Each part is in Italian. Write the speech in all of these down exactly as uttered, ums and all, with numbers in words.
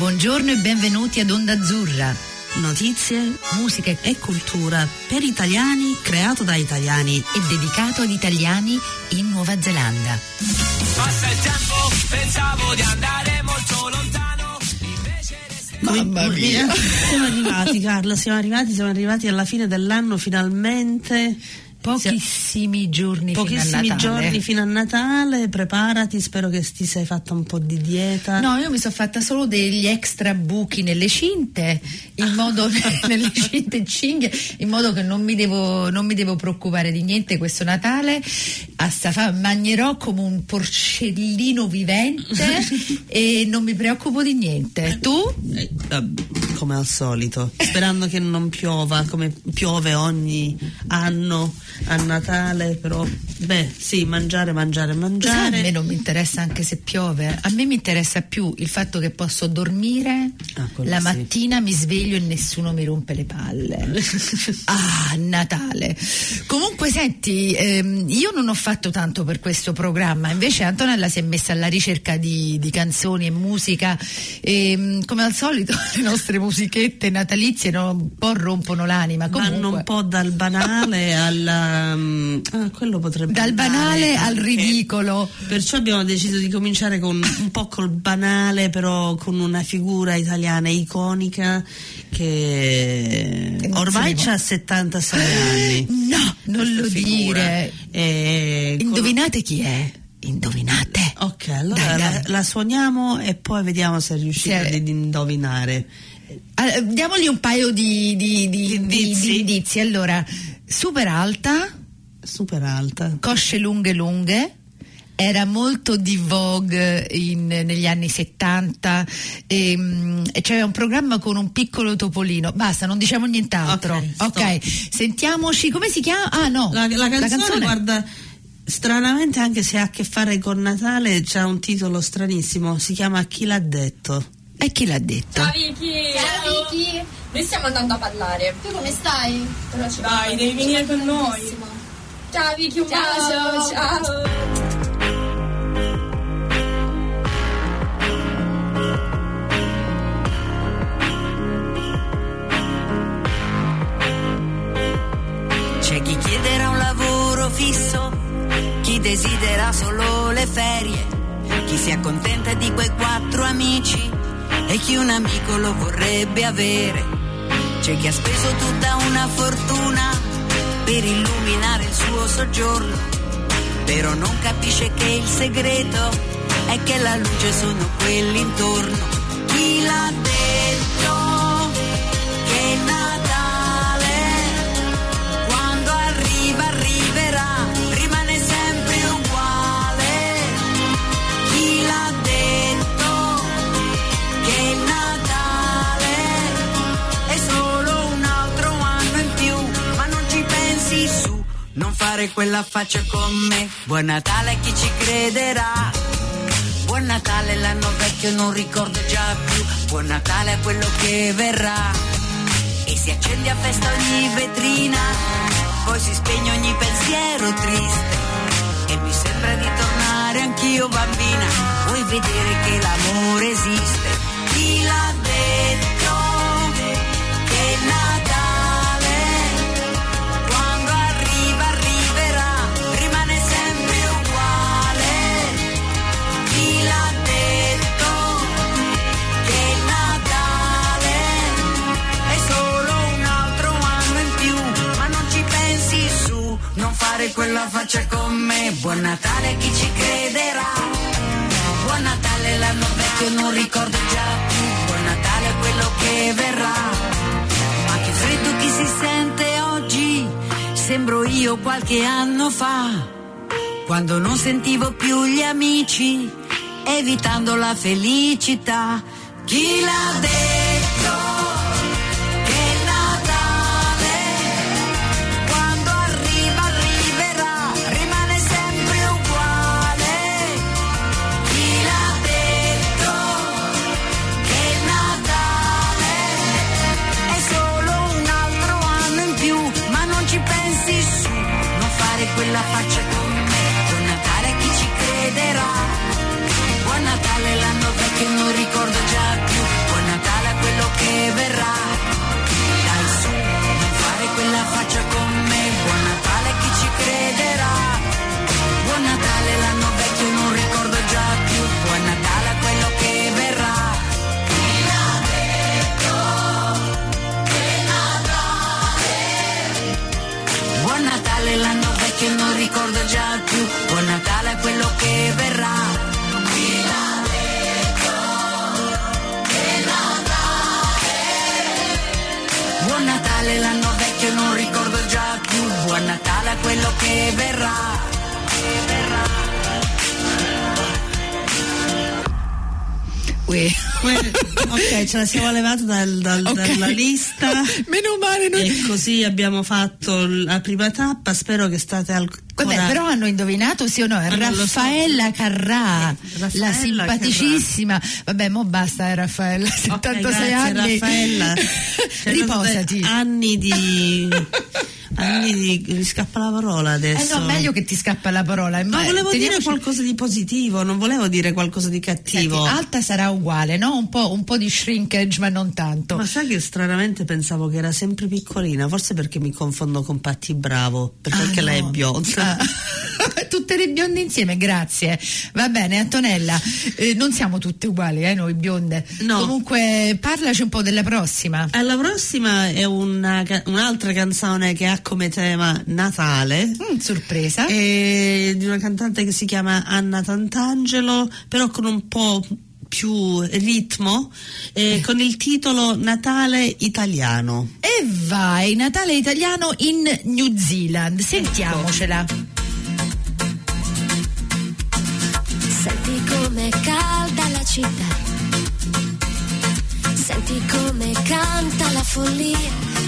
Buongiorno e benvenuti ad Onda Azzurra. Notizie, musica e cultura per italiani, creato da italiani e dedicato ad italiani in Nuova Zelanda. Passa il tempo, pensavo di andare molto lontano. Mamma mia. Siamo arrivati, Carla, siamo arrivati, siamo arrivati alla fine dell'anno finalmente. Pochissimi giorni Pochissimi fino a Natale. giorni fino a Natale, preparati, spero che ti sei fatta un po' di dieta. No, io mi sono fatta solo degli extra buchi nelle cinte, in modo nelle cinte cinghie, in modo che non mi devo non mi devo preoccupare di niente questo Natale. A sta mangerò come un porcellino vivente e non mi preoccupo di niente. Tu? Eh, come al solito, sperando che non piova come piove ogni anno a Natale, però beh sì, mangiare, mangiare, mangiare. A me non mi interessa anche se piove, a me mi interessa più il fatto che posso dormire, ah, la sì. mattina mi sveglio e nessuno mi rompe le palle. Ah, Natale. Comunque senti, ehm, io non ho fatto tanto per questo programma, invece Antonella si è messa alla ricerca di, di canzoni e musica e come al solito le nostre musichette natalizie no, un po' rompono l'anima. Comunque vanno un po' dal banale alla ah, quello potrebbe dal banale andare, al ridicolo, perciò abbiamo deciso di cominciare con un po' col banale, però con una figura italiana iconica che ormai c'ha settantasei anni. No, non lo dire. E indovinate con... chi è? Indovinate. Ok, allora dai, dai. La, la suoniamo e poi vediamo se riuscite ad indovinare. Allora, diamogli un paio di, di, di, indizi. di, di indizi. Allora, super alta, super alta, cosce lunghe lunghe, era molto di vogue in, negli anni settanta e, e c'era un programma con un piccolo topolino. Basta, non diciamo nient'altro. Ok, okay. Sentiamoci, come si chiama? Ah no, la, la, canzone, la canzone guarda, stranamente, anche se ha a che fare con Natale, c'ha un titolo stranissimo, si chiama Chi l'ha detto. E chi l'ha detto? Ciao Vicky! Ciao Vicky! Noi stiamo andando a ballare. Tu come stai? Però ci Dai, devi venire con noi. Ciao Vicky, un ciao, bacio! Ciao! C'è chi chiederà un lavoro fisso, chi desidera solo le ferie, chi si accontenta di quei quattro amici e chi un amico lo vorrebbe avere. C'è chi ha speso tutta una fortuna per illuminare il suo soggiorno, però non capisce che il segreto è che la luce sono quelli intorno. Chi l'ha detto che Natale quando arriva arriverà, rimane sempre uguale. Chi l'ha detto che Natale è solo un altro anno in più, ma non ci pensi su, non fare quella faccia con me. Buon Natale a chi ci crederà, buon Natale l'anno vecchio non ricordo già più, buon Natale a quello che verrà. E si accende a festa ogni vetrina, poi si spegne ogni pensiero triste, e mi sembra di tornare anch'io bambina, vuoi vedere che l'amore esiste. Chi l'ha detto che Natale quando arriva arriverà, rimane sempre uguale. Chi l'ha detto che Natale è solo un altro anno in più, ma non ci pensi su, non fare quella faccia con me. Buon Natale a chi ci crederà, buon Natale l'anno vecchio non ricordo già più, buon Natale a quello che verrà. Ma che freddo che si sente oggi, sembro io qualche anno fa, quando non sentivo più gli amici, evitando la felicità. Chi l'ha detto che Natale quando arriva arriverà, rimane sempre uguale. Chi l'ha detto che Natale è solo un altro anno in più, ma non ci pensi su, non fare quella faccia con me. Buon Natale a chi ci crederà, buon Natale l'anno vecchio non ricordo già più, buon qui. Ok, ce la siamo levata dal, dal, okay. dalla lista. Meno male. Non... E così abbiamo fatto la prima tappa. Spero che state al. Vabbè, però hanno indovinato sì o no? Raffaella so. Carrà, eh, Raffaella la simpaticissima. Carrà. Vabbè, mo basta, eh, Raffaella, settantasei okay, anni. Raffaella. Riposati. Anni di. Anni di. Mi scappa la parola adesso. Eh no, meglio che ti scappa la parola. Ma Beh, volevo teniamoci... dire qualcosa di positivo, non volevo dire qualcosa di cattivo. Senti, alta sarà uguale, no? Un po', un po' di shrinkage, ma non tanto. Ma sai che stranamente pensavo che era sempre piccolina, forse perché mi confondo con Patti Bravo, perché ah, anche no. lei è bionda. Ah. Tutte le bionde insieme, grazie. Va bene, Antonella, eh, non siamo tutte uguali, eh, noi bionde. No. Comunque, parlaci un po' della prossima. Eh, la prossima è una, un'altra canzone che ha come tema Natale. Mm, sorpresa. E di una cantante che si chiama Anna Tantangelo, però con un po' più ritmo, eh, con il titolo Natale Italiano. E vai, Natale Italiano in New Zealand. Sentiamocela. Senti com'è calda la città, senti come canta la follia,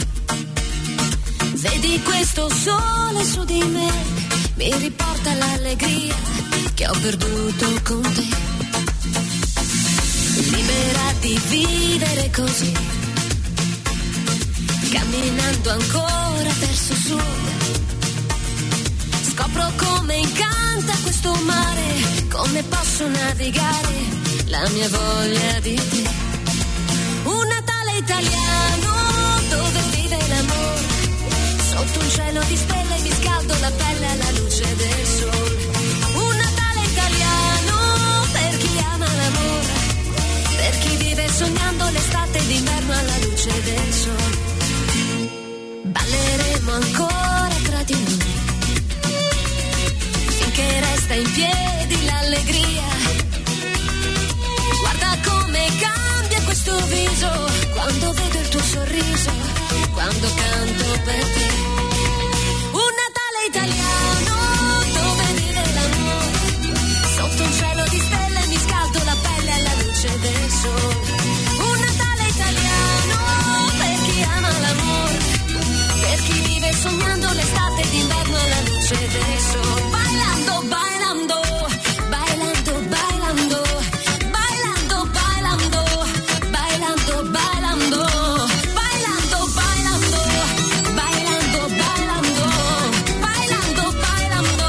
vedi questo sole su di me, mi riporta l'allegria che ho perduto con te, libera di vivere così, camminando ancora verso sud. Scopro come incanta questo mare, come posso navigare la mia voglia di te. Un Natale italiano dove vive l'amore, sotto un cielo di stelle mi scaldo la pelle alla luce del sole. Un Natale italiano per chi ama l'amore, per chi vive sognando l'estate d'inverno alla luce del sole. Balleremo ancora tra di noi, che resta in piedi l'allegria. Guarda come cambia questo viso quando vedo il tuo sorriso, quando canto per te. Un Natale italiano dove vive l'amore, sotto un cielo di stelle mi scaldo la pelle alla luce del sole. Un Natale italiano per chi ama l'amore, per chi vive sognando l'estate d'inverno alla luce del sole. Bailando, bailando, bailando, bailando, bailando, bailando, bailando, bailando, bailando, bailando, bailando, bailando, bailando, bailando.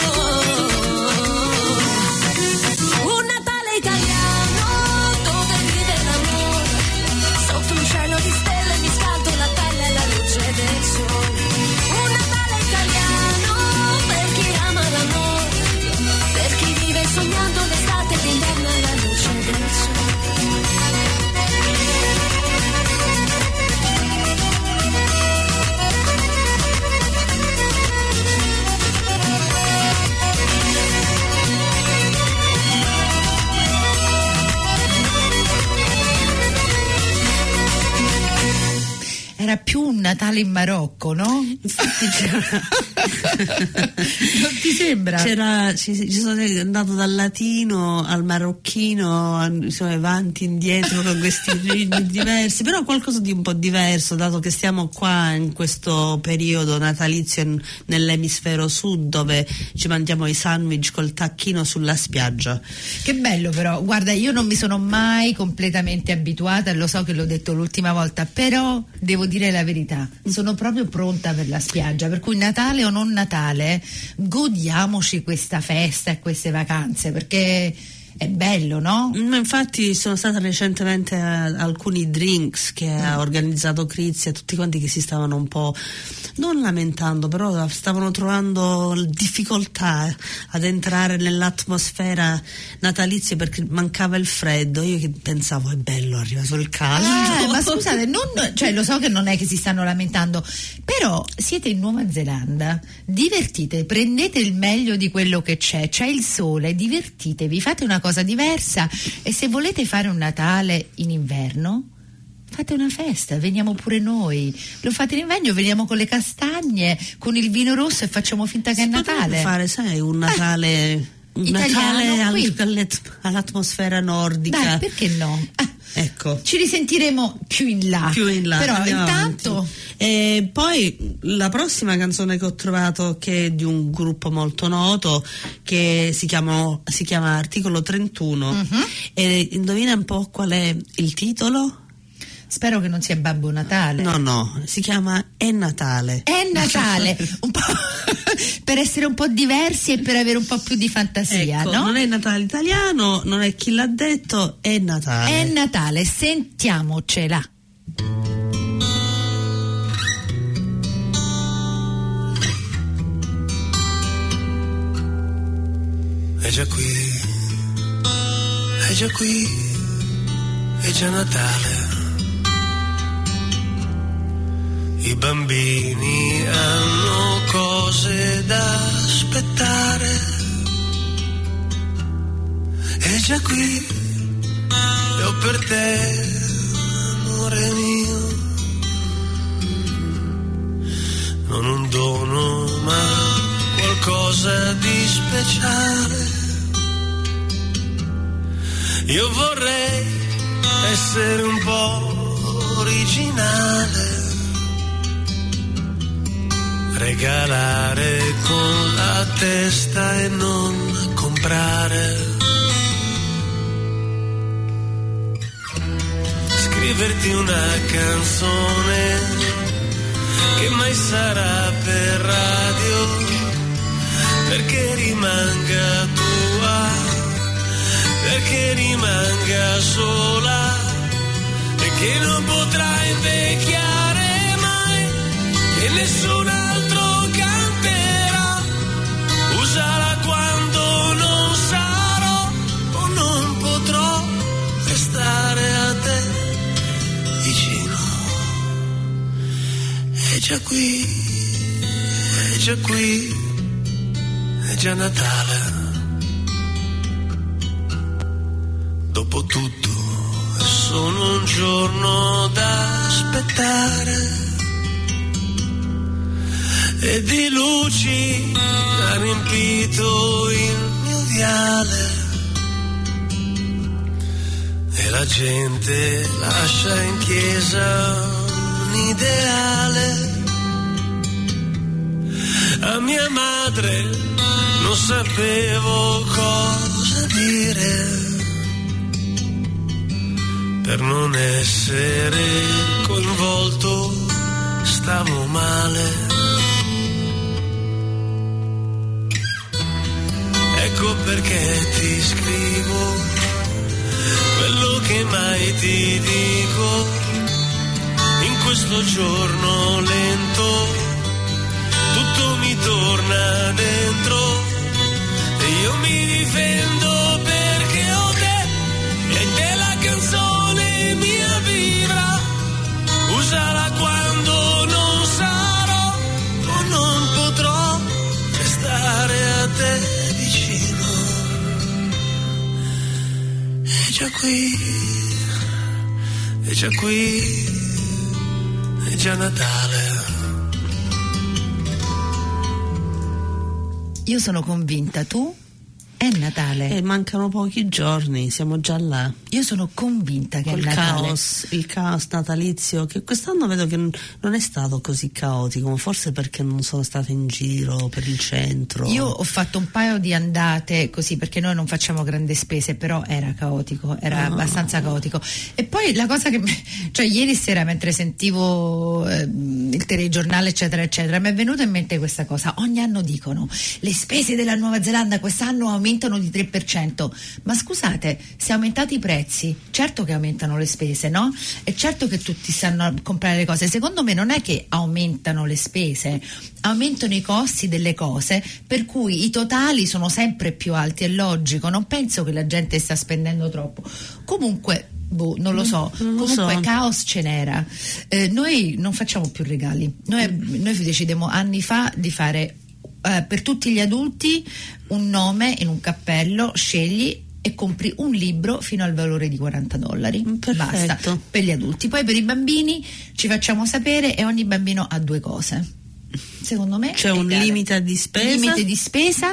Un Natale italiano dove vive l'amore, sotto un cielo di stelle mi scaldo la pelle alla luce del sole. Un Natale italiano per chi ama l'amore, per chi vive sognando l'estate d'inverno alla luce del sole. Era più un Natale in Marocco, no? Infatti c'era. Non ti sembra? C'era, ci, ci sono andato dal latino al marocchino, insomma, avanti, indietro con questi ritmi diversi, però qualcosa di un po' diverso, dato che stiamo qua in questo periodo natalizio nell'emisfero sud, dove ci mangiamo i sandwich col tacchino sulla spiaggia. Che bello però, guarda, io non mi sono mai completamente abituata, lo so che l'ho detto l'ultima volta, però devo dire la verità, sono proprio pronta per la spiaggia, per cui Natale o non Natale, godiamoci questa festa e queste vacanze, perché è bello, no? Infatti sono stata recentemente a alcuni drinks che ha organizzato Crizia, tutti quanti che si stavano un po' non lamentando, però stavano trovando difficoltà ad entrare nell'atmosfera natalizia perché mancava il freddo. Io che pensavo è bello, è arrivato il caldo. Eh, ma scusate, non, cioè, lo so che non è che si stanno lamentando, però siete in Nuova Zelanda, divertite, prendete il meglio di quello che c'è, c'è il sole, divertitevi, fate una cosa diversa, e se volete fare un Natale in inverno fate una festa, veniamo pure noi, lo fate in inverno, veniamo con le castagne, con il vino rosso e facciamo finta che si è Natale. Potrebbe fare, sai, un Natale italiano Natale qui. all'atmosfera nordica. Dai, perché no? Ah, ecco, ci risentiremo più in là. Più in là. Però Andiamo intanto avanti. E poi la prossima canzone che ho trovato, che è di un gruppo molto noto, che si chiama, si chiama Articolo trentuno. Uh-huh. E indovina un po' qual è il titolo? Spero che non sia Babbo Natale. No, no, si chiama È Natale. È Natale, un po' per essere un po' diversi e per avere un po' più di fantasia, ecco, no? Non è Natale italiano, non è Chi l'ha detto, è Natale. È Natale, sentiamocela. È già qui, è già qui, è già Natale. I bambini hanno cose da aspettare. È già qui, e ho per te, amore mio, non un dono ma qualcosa di speciale. Io vorrei essere un po' originale, regalare con la testa e non comprare, scriverti una canzone che mai sarà per radio, perché rimanga tua, perché rimanga sola e che non potrà invecchiare mai e nessun altro canterà. Usala quando non sarò o non potrò restare a te vicino. È già qui, è già qui, è già Natale. Dopo tutto è solo un giorno da aspettare, e di luci ha riempito il mio viale, e la gente lascia in chiesa un ideale. A mia madre non sapevo cosa dire per non essere coinvolto, stavo male. Ecco perché ti scrivo quello che mai ti dico in questo giorno lento. Tutto mi torna dentro e io mi difendo perché ho te e in te la canzone mia vibra. Usala quando non sarò o non potrò restare a te vicino. È già qui, è già qui, è già Natale. Io sono convinta, tu? È Natale. E mancano pochi giorni, siamo già là. Io sono convinta che Col è Natale. caos, il caos natalizio, che quest'anno vedo che non è stato così caotico, forse perché non sono stata in giro per il centro. Io ho fatto un paio di andate così, perché noi non facciamo grandi spese, però era caotico, era oh. abbastanza caotico. E poi la cosa che, cioè ieri sera mentre sentivo eh, il telegiornale eccetera eccetera, mi è venuta in mente questa cosa. Ogni anno dicono le spese della Nuova Zelanda quest'anno aumentano di tre per cento, ma scusate, se aumentati i prezzi, certo che aumentano le spese, no? E certo che tutti stanno a comprare le cose. Secondo me non è che aumentano le spese, aumentano i costi delle cose, per cui i totali sono sempre più alti, è logico. Non penso che la gente sta spendendo troppo. Comunque boh, non lo so, non lo comunque so. Caos ce n'era. Eh, noi non facciamo più regali, noi, noi decidemmo anni fa di fare Uh, per tutti gli adulti un nome in un cappello, scegli e compri un libro fino al valore di quaranta dollari. Perfetto. Basta per gli adulti. Poi per i bambini ci facciamo sapere e ogni bambino ha due cose. Secondo me c'è un legale. limite di spesa. Limite di spesa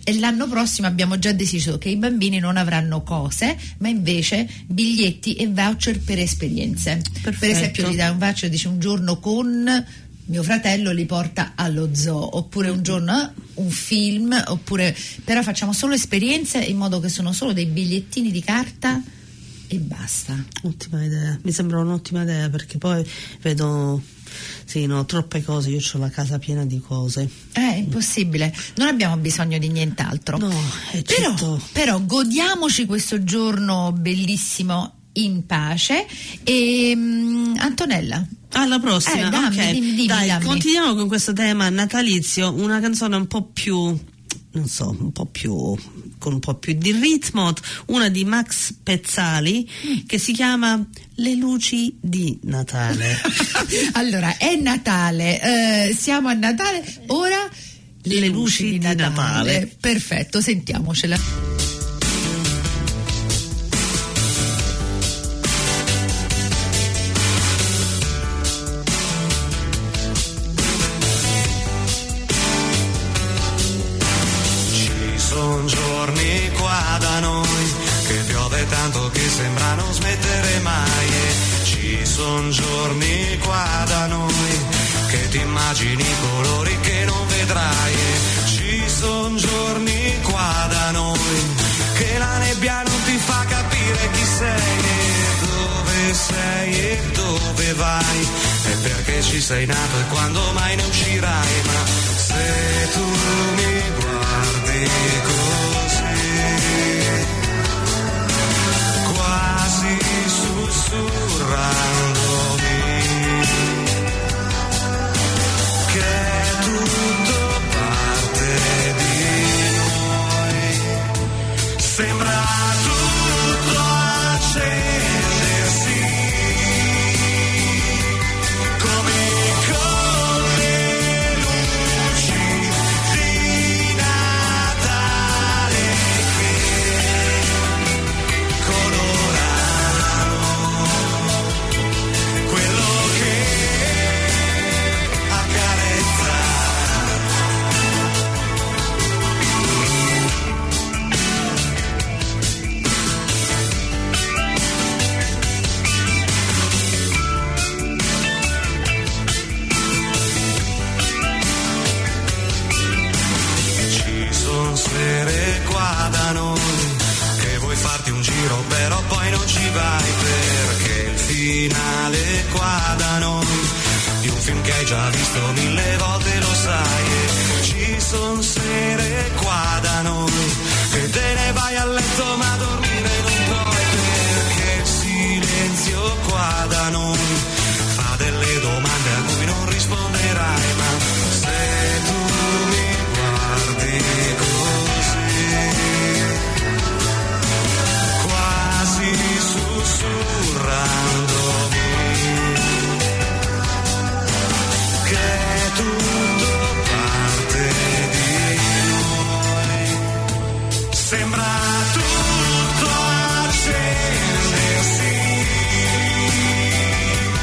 e l'anno prossimo abbiamo già deciso che i bambini non avranno cose, ma invece biglietti e voucher per esperienze. Perfetto. Per esempio gli dai un voucher, dice un giorno con mio fratello li porta allo zoo, oppure un giorno eh, un film, oppure però facciamo solo esperienze in modo che sono solo dei bigliettini di carta e basta. Ottima idea, mi sembra un'ottima idea, perché poi vedo sì, no, troppe cose, io ho la casa piena di cose. È impossibile, non abbiamo bisogno di nient'altro. No, però, eccetto... però godiamoci questo giorno bellissimo in pace. E um, Antonella, alla prossima, eh, dammi, ok. dimmi, dimmi, Dai, dammi. continuiamo con questo tema natalizio, una canzone un po' più, non so, un po' più, con un po' più di ritmo, una di Max Pezzali mm. che si chiama Le luci di Natale. Allora, è Natale, eh, siamo a Natale, ora le, Le luci, luci di di Natale. Natale. Perfetto, sentiamocela. Son giorni qua da noi che piove tanto che sembra non smettere mai, e ci son giorni qua da noi che ti immagini colori che non vedrai, e ci son giorni qua da noi che la nebbia non ti fa capire chi sei e dove sei e dove vai e perché ci sei nato e quando mai ne uscirai. Ma se tu mi guardi così, quasi sussurrandomi che tutto parte di noi, sembra tutto accendersi come con le luci di Natale che colorano quello che accarezza. Ci son sere qua da noi che vuoi farti un giro però poi non ci vai perché il finale qua da noi di un film che hai già visto mille volte lo sai, e ci son sere qua da noi che te ne vai a letto ma dormire non puoi perché il silenzio qua da noi fa delle domande a cui non risponderai. Ma se tu mi guardi così, quasi sussurrandomi che tutto parte di noi, sembra tutto accendersi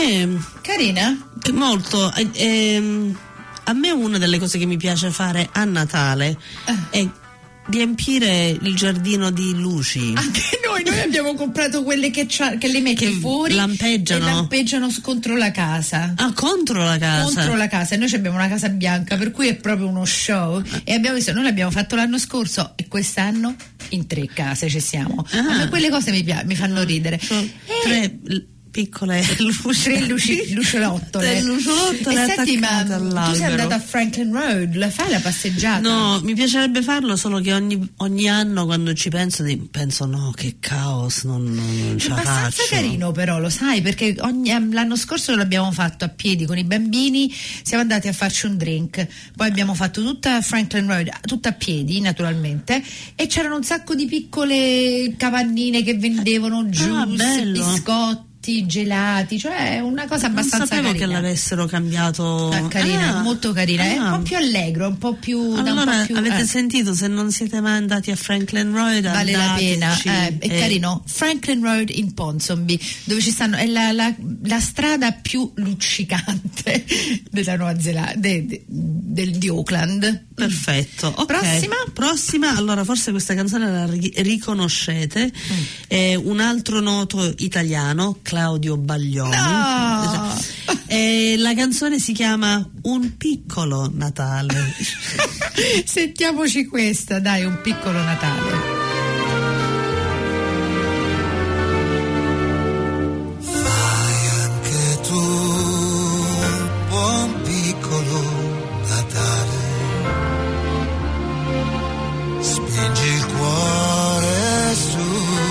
me Carina? molto. eh, ehm, a me una delle cose che mi piace fare a Natale Eh. è riempire il giardino di luci. Anche noi, noi abbiamo comprato quelle che, c'ha, che le metti Che fuori lampeggiano. e lampeggiano s- contro la casa. Ah, contro la casa. Contro la casa, e noi abbiamo una casa bianca, per cui è proprio uno show. E abbiamo visto, noi l'abbiamo fatto l'anno scorso e quest'anno in tre case ci siamo. Ah. A me quelle cose mi, pia- mi fanno ridere. Sono E- tre l- piccole luci. Tre luci, luciottole. Tre luciottole E senti, ma attaccate tu sei all'albero. andata a Franklin Road, la fai la passeggiata? No, mi piacerebbe farlo, solo che ogni, ogni anno quando ci penso di- penso no, che caos, non, non, non ce È la abbastanza faccio. carino però, lo sai, perché ogni- l'anno scorso l'abbiamo fatto a piedi con i bambini, siamo andati a farci un drink, poi abbiamo fatto tutta Franklin Road, tutta a piedi naturalmente, e c'erano un sacco di piccole cavannine che vendevano juice, bello. biscotti, gelati, cioè una cosa Non abbastanza sapevo carina. che l'avessero cambiato. Ah, carina, Ah, molto carina, è un ah. po' più allegro, un po' più da un Allora po' più, avete eh. sentito, se non siete mai andati a Franklin Road, Vale la pena, andateci. eh, è Eh, carino. Franklin Road in Ponsonby, dove ci stanno, è la, la- la strada più luccicante della Nuova Zelanda, de- de- del- di Auckland. Perfetto. Ok. Prossima? Prossima, allora forse questa canzone la ri- riconoscete. Mm. È un altro noto italiano, Claudio Baglioni. No! E la canzone si chiama Un piccolo Natale. Sentiamoci questa, dai, un piccolo Natale. Fai anche tu un buon piccolo Natale, spingi il cuore su,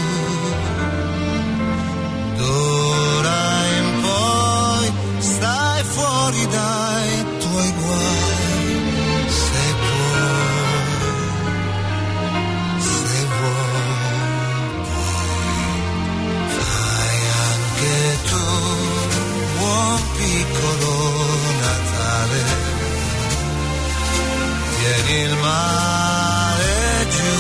d'ora in poi stai fuori dai tuoi guai, se puoi, se vuoi. Fai anche tu buon piccolo Natale, tieni il mare giù,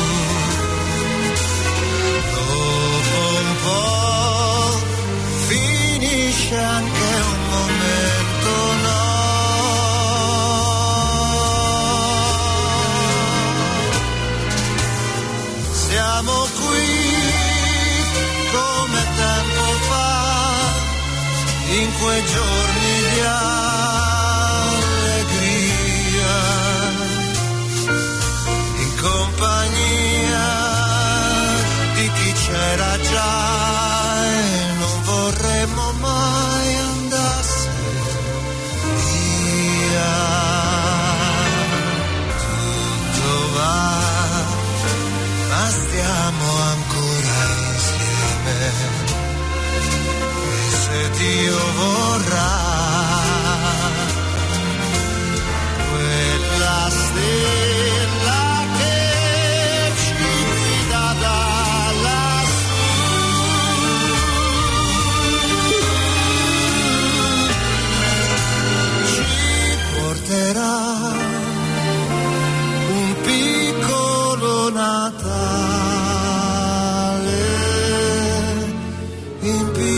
dopo un po' finisce anche un momento no. Siamo qui come tempo fa, in quei giorni di allegria, in compagnia di chi c'era già e non vorremmo mai andasse via. Tutto va, ma stiamo ancora insieme, e se Dio vorrà, quella stella che ci guida da lassù ci porterà un piccolo Natale in più.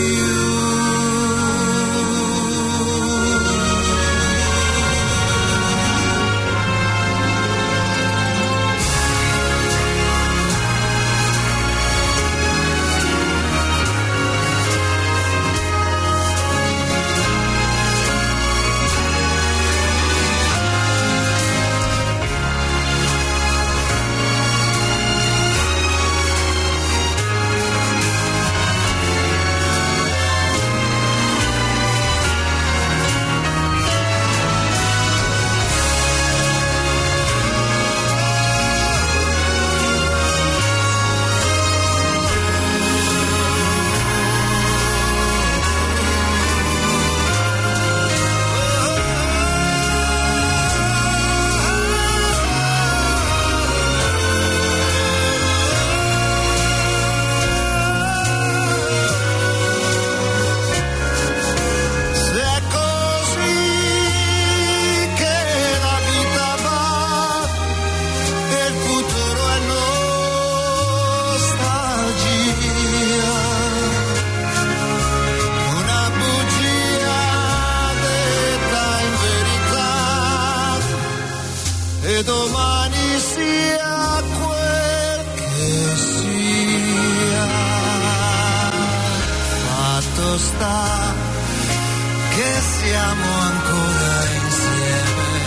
siamo ancora insieme,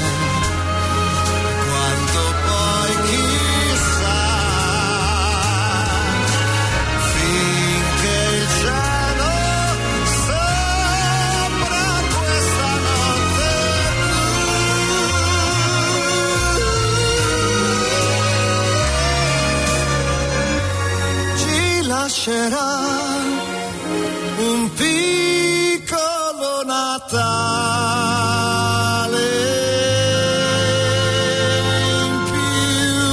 quanto poi chissà, finché il cielo sopra questa notte ci lascerà un piccolo Natale in più.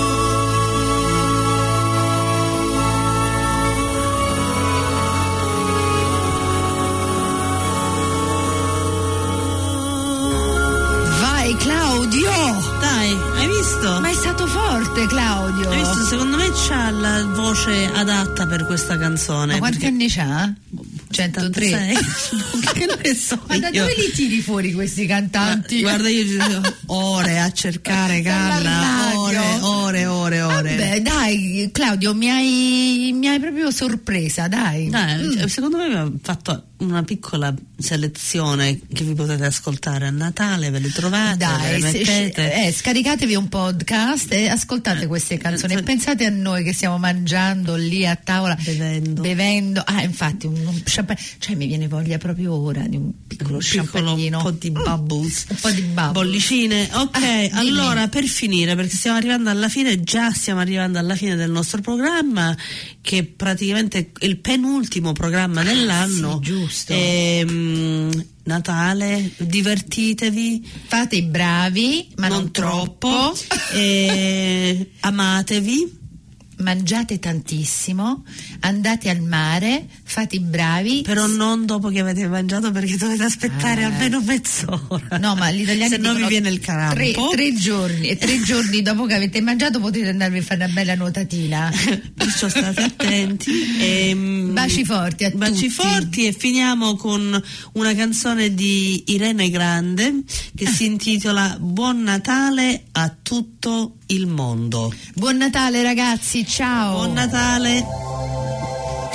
Vai Claudio! Dai, hai visto? Ma è stato forte Claudio! Hai visto? Secondo me c'ha la voce adatta per questa canzone. Ma quanti perché- anni c'ha? centotré. Che ne so Ma da io. dove li tiri fuori questi cantanti? Guarda, io ci sono ore a cercare, Carla, Dall'armadio. ore, ore, ore, ore. Vabbè, dai, Claudio, mi hai, mi hai proprio sorpresa, dai. Dai, Mm. cioè, secondo me abbiamo fatto una piccola selezione che vi potete ascoltare a Natale, ve le trovate, Dai, ve le se- mettete. eh, scaricatevi un podcast e ascoltate queste canzoni e pensate a noi che stiamo mangiando lì a tavola, Bevendo. bevendo. Ah, infatti, un, un champagne, cioè mi viene voglia proprio ora di un piccolo Un piccolo champagnino. un po' di bubbles, Un po' di bubbles. bollicine. Ok, Ah, dimmi. allora per finire, perché stiamo arrivando alla fine, già stiamo arrivando alla fine del nostro programma, che praticamente è il penultimo programma dell'anno. sì, giusto. Ehm, Natale, divertitevi, Fate i bravi, ma non, non troppo, e amatevi. Mangiate tantissimo, andate al mare, fate i bravi. Però non dopo che avete mangiato, perché dovete aspettare Ah. almeno mezz'ora. No, ma gli italiani se no vi dicono viene il crampo. Tre, tre giorni e tre giorni dopo che avete mangiato potete andarvi a fare una bella nuotatina. Perciò state attenti. E, Baci forti a baci tutti. forti, e finiamo con una canzone di Irene Grande che si intitola Buon Natale a tutto il mondo. Buon Natale ragazzi, ciao. Buon Natale.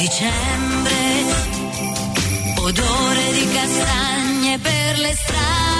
Dicembre, odore di castagne per le strade.